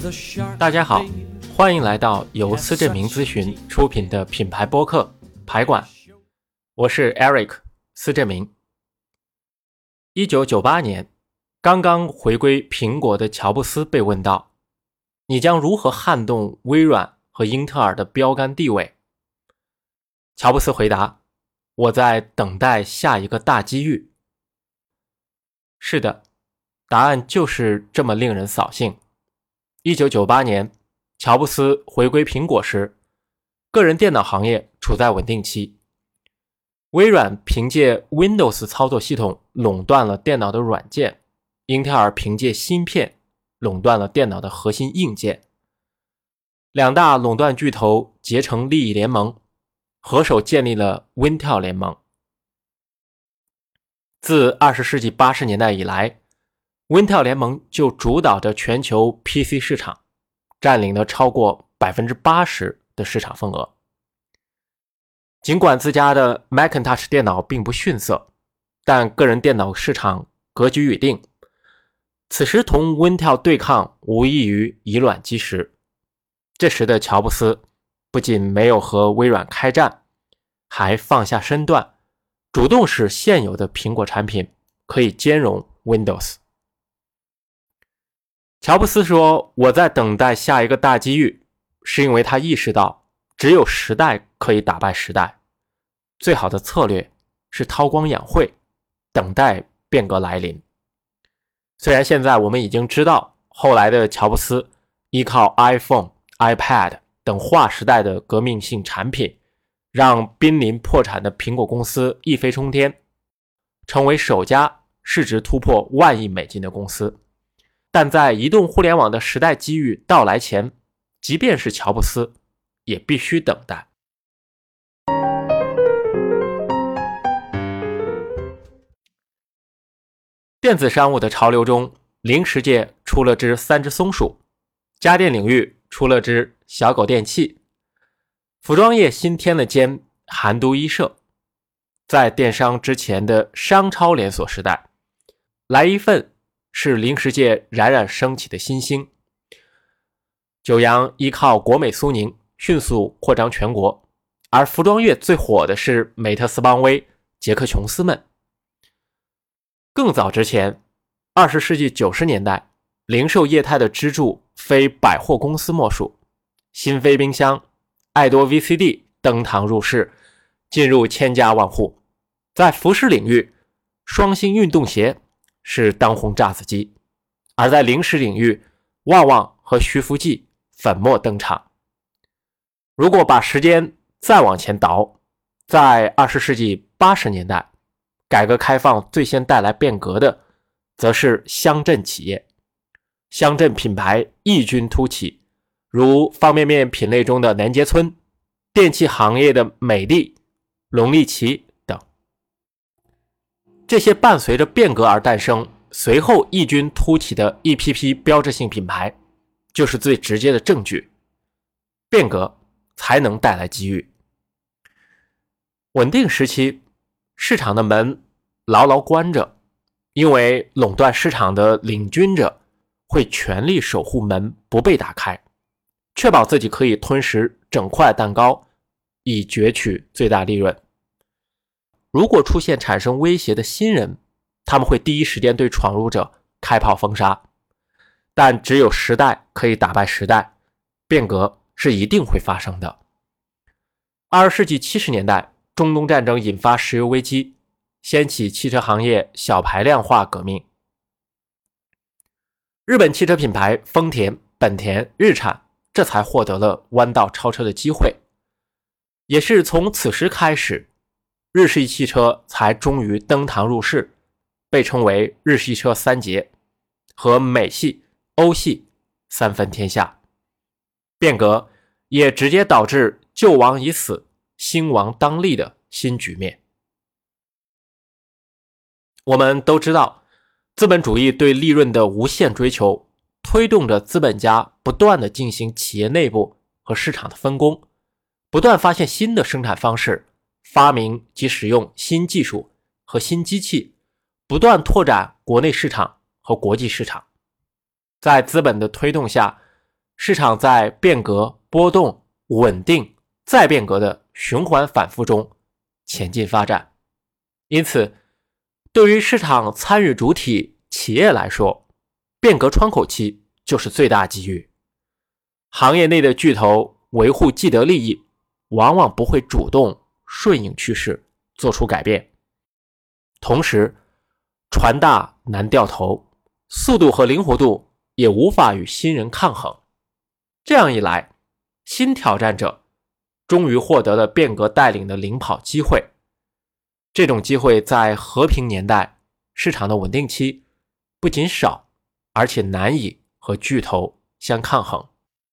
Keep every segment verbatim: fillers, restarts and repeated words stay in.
大家好，欢迎来到由思振明咨询出品的品牌播客排馆，我是 Eric 思振明。一九九八年，刚刚回归苹果的乔布斯被问到，你将如何撼动微软和英特尔的标杆地位？乔布斯回答，我在等待下一个大机遇。是的，答案就是这么令人扫兴。一九九八年，乔布斯回归苹果时，个人电脑行业处在稳定期。微软凭借 Windows 操作系统垄断了电脑的软件，英特尔凭借芯片垄断了电脑的核心硬件。两大垄断巨头结成利益联盟，合手建立了 Wintel 联盟。自二十世纪八十年代以来， Wintel 联盟就主导着全球 P C 市场，占领了超过 百分之八十 的市场份额。尽管自家的 Macintosh 电脑并不逊色，但个人电脑市场格局已定，此时同 Wintel 对抗无异于以卵击石。这时的乔布斯不仅没有和微软开战，还放下身段，主动使现有的苹果产品可以兼容 Windows。 乔布斯说，我在等待下一个大机遇，是因为他意识到只有时代可以打败时代，最好的策略是韬光养晦，等待变革来临。虽然现在我们已经知道，后来的乔布斯依靠 iPhone、iPad 等划时代的革命性产品，让濒临破产的苹果公司一飞冲天，成为首家市值突破万亿美金的公司。但在移动互联网的时代机遇到来前，即便是乔布斯也必须等待。电子商务的潮流中，零食界出了只三只松鼠，家电领域出了只小狗电器，服装业新添了间韩都衣舍。在电商之前的商超连锁时代，来一份是零食界冉冉升起的新星。九阳依靠国美苏宁迅速扩张全国，而服装业最火的是美特斯邦威、杰克琼斯们。更早之前，二十世纪九十年代，零售业态的支柱非百货公司莫属，新飞冰箱、爱多 V C D 登堂入室，进入千家万户。在服饰领域，双星运动鞋是当红炸子鸡，而在零食领域，旺旺和徐福记粉墨登场。如果把时间再往前倒，在二十世纪八十年代，改革开放最先带来变革的则是乡镇企业，乡镇品牌异军突起，如方便面品类中的南街村，电器行业的美的、龙力奇等。这些伴随着变革而诞生，随后异军突起的一批批标志性品牌，就是最直接的证据。变革才能带来机遇。稳定时期，市场的门牢牢关着，因为垄断市场的领军者会全力守护门不被打开，确保自己可以吞食整块蛋糕，以攫取最大利润。如果出现产生威胁的新人，他们会第一时间对闯入者开炮封杀。但只有时代可以打败时代，变革是一定会发生的。二十世纪七十年代，中东战争引发石油危机，掀起汽车行业小排量化革命。日本汽车品牌丰田、本田、日产这才获得了弯道超车的机会。也是从此时开始，日系汽车才终于登堂入室，被称为日系车三杰，和美系、欧系三分天下。变革也直接导致旧王已死，新王当立的新局面。我们都知道，资本主义对利润的无限追求，推动着资本家不断地进行企业内部和市场的分工，不断发现新的生产方式，发明及使用新技术和新机器，不断拓展国内市场和国际市场。在资本的推动下， 市场在变革、波动、稳定、再变革的循环反复中前进发展。因此，对于市场参与主体企业来说，变革窗口期就是最大机遇。行业内的巨头维护既得利益，往往不会主动顺应趋势做出改变。同时，船大难掉头，速度和灵活度也无法与新人抗衡。这样一来，新挑战者终于获得了变革带领的领跑机会。这种机会在和平年代市场的稳定期不仅少，而且难以和巨头相抗衡。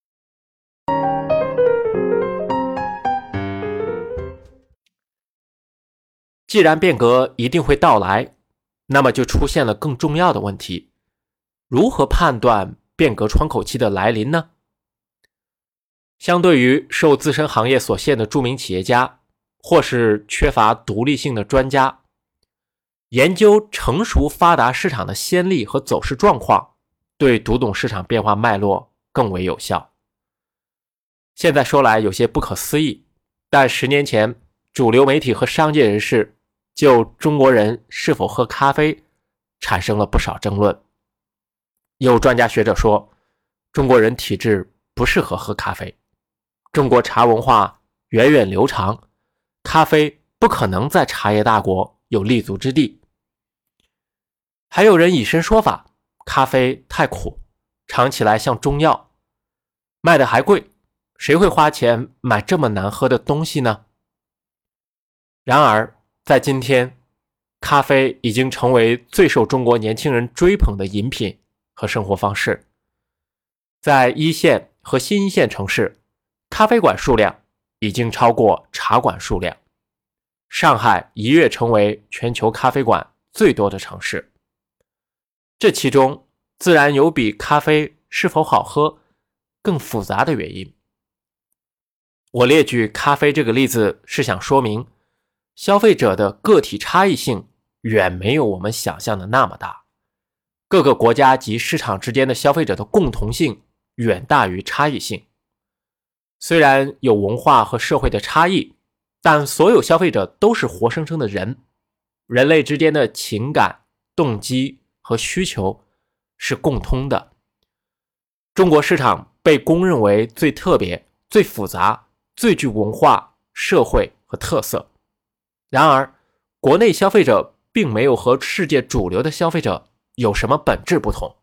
既然变革一定会到来，那么就出现了更重要的问题：如何判断变革窗口期的来临呢？相对于受自身行业所限的著名企业家，或是缺乏独立性的专家，研究成熟发达市场的先例和走势状况，对读懂市场变化脉络更为有效。现在说来有些不可思议，但十年前主流媒体和商界人士就中国人是否喝咖啡产生了不少争论。有专家学者说，中国人体质不适合喝咖啡，中国茶文化源远流长，咖啡不可能在茶叶大国有立足之地。还有人以身说法，咖啡太苦，尝起来像中药，卖的还贵，谁会花钱买这么难喝的东西呢？然而在今天，咖啡已经成为最受中国年轻人追捧的饮品和生活方式。在一线和新一线城市，咖啡馆数量已经超过茶馆数量。上海一跃成为全球咖啡馆最多的城市。这其中自然有比咖啡是否好喝更复杂的原因。我列举咖啡这个例子是想说明，消费者的个体差异性远没有我们想象的那么大，各个国家及市场之间的消费者的共同性远大于差异性。虽然有文化和社会的差异，但所有消费者都是活生生的人，人类之间的情感、动机和需求是共通的。中国市场被公认为最特别、最复杂、最具文化、社会和特色。然而，国内消费者并没有和世界主流的消费者有什么本质不同。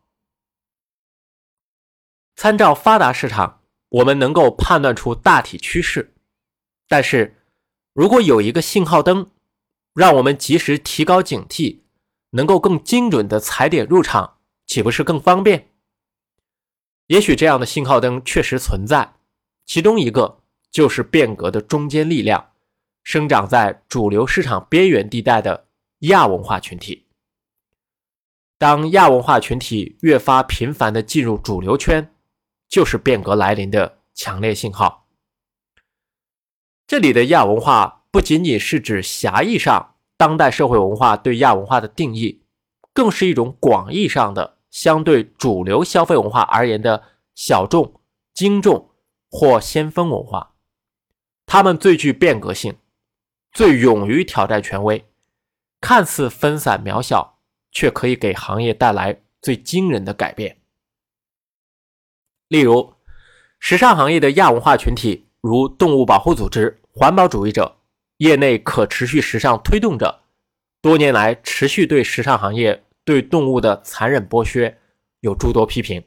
参照发达市场，我们能够判断出大体趋势，但是如果有一个信号灯，让我们及时提高警惕，能够更精准的踩点入场，岂不是更方便？也许这样的信号灯确实存在，其中一个就是变革的中坚力量，生长在主流市场边缘地带的亚文化群体。当亚文化群体越发频繁地进入主流圈，就是变革来临的强烈信号。这里的亚文化不仅仅是指狭义上当代社会文化对亚文化的定义，更是一种广义上的相对主流消费文化而言的小众、精众或先锋文化。它们最具变革性，最勇于挑战权威，看似分散渺小，却可以给行业带来最惊人的改变。例如，时尚行业的亚文化群体如动物保护组织、环保主义者、业内可持续时尚推动者，多年来持续对时尚行业对动物的残忍剥削有诸多批评。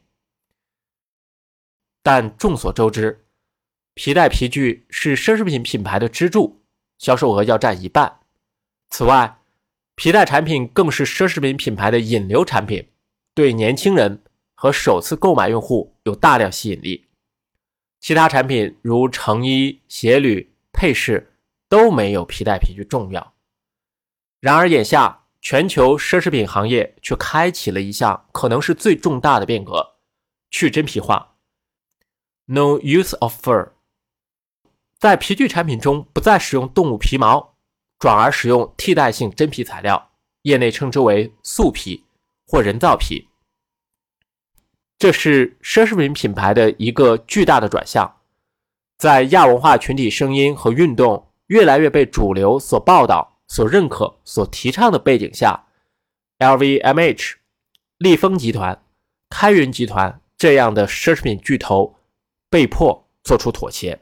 但众所周知，皮带皮具是奢侈品品牌的支柱，销售额要占一半。此外，皮带产品更是奢侈品品牌的引流产品，对年轻人和首次购买用户有大量吸引力。其他产品如成衣、鞋履、配饰都没有皮带皮具重要。然而眼下，全球奢侈品行业却开启了一项可能是最重大的变革：去真皮化 No use of fur。 在皮具产品中不再使用动物皮毛，转而使用替代性真皮材料，业内称之为素皮或人造皮。 这是奢侈品品牌的一个巨大的转向。在亚文化群体声音和运动越来越被主流所报道、所认可、所提倡的背景下， L V M H、 利丰集团、开云集团这样的奢侈品巨头被迫做出妥协。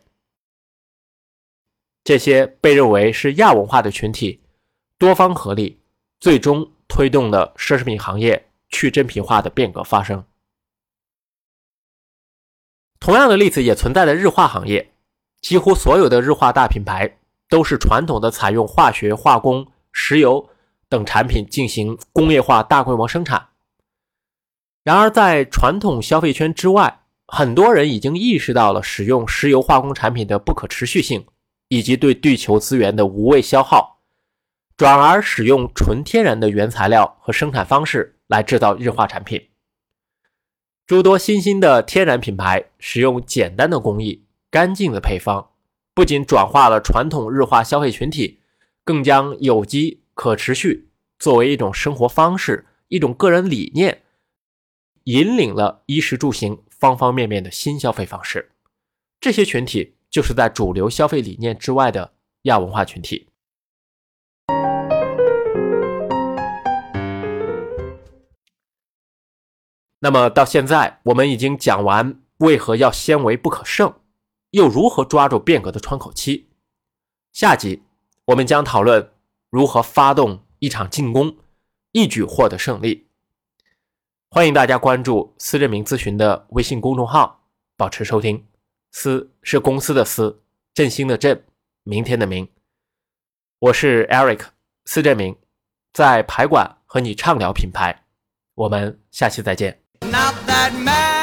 这些被认为是亚文化的群体多方合力，最终推动了奢侈品行业去真品化的变革发生。同样的例子也存在在日化行业，几乎所有的日化大品牌都是传统的采用化学、化工、石油等产品进行工业化大规模生产。然而在传统消费圈之外，很多人已经意识到了使用石油化工产品的不可持续性，以及对地球资源的无谓消耗，转而使用纯天然的原材料和生产方式来制造日化产品。诸多新兴的天然品牌使用简单的工艺、干净的配方，不仅转化了传统日化消费群体，更将有机、可持续作为一种生活方式、一种个人理念，引领了衣食住行方方面面的新消费方式。这些群体就是在主流消费理念之外的亚文化群体。那么到现在我们已经讲完为何要先为不可胜，又如何抓住变革的窗口期。下集我们将讨论如何发动一场进攻，一举获得胜利。欢迎大家关注思振明咨询的微信公众号，保持收听。思是公司的思，振兴的振，明天的明。我是 Eric 思振明，在排馆和你畅聊品牌。我们下期再见。Not that man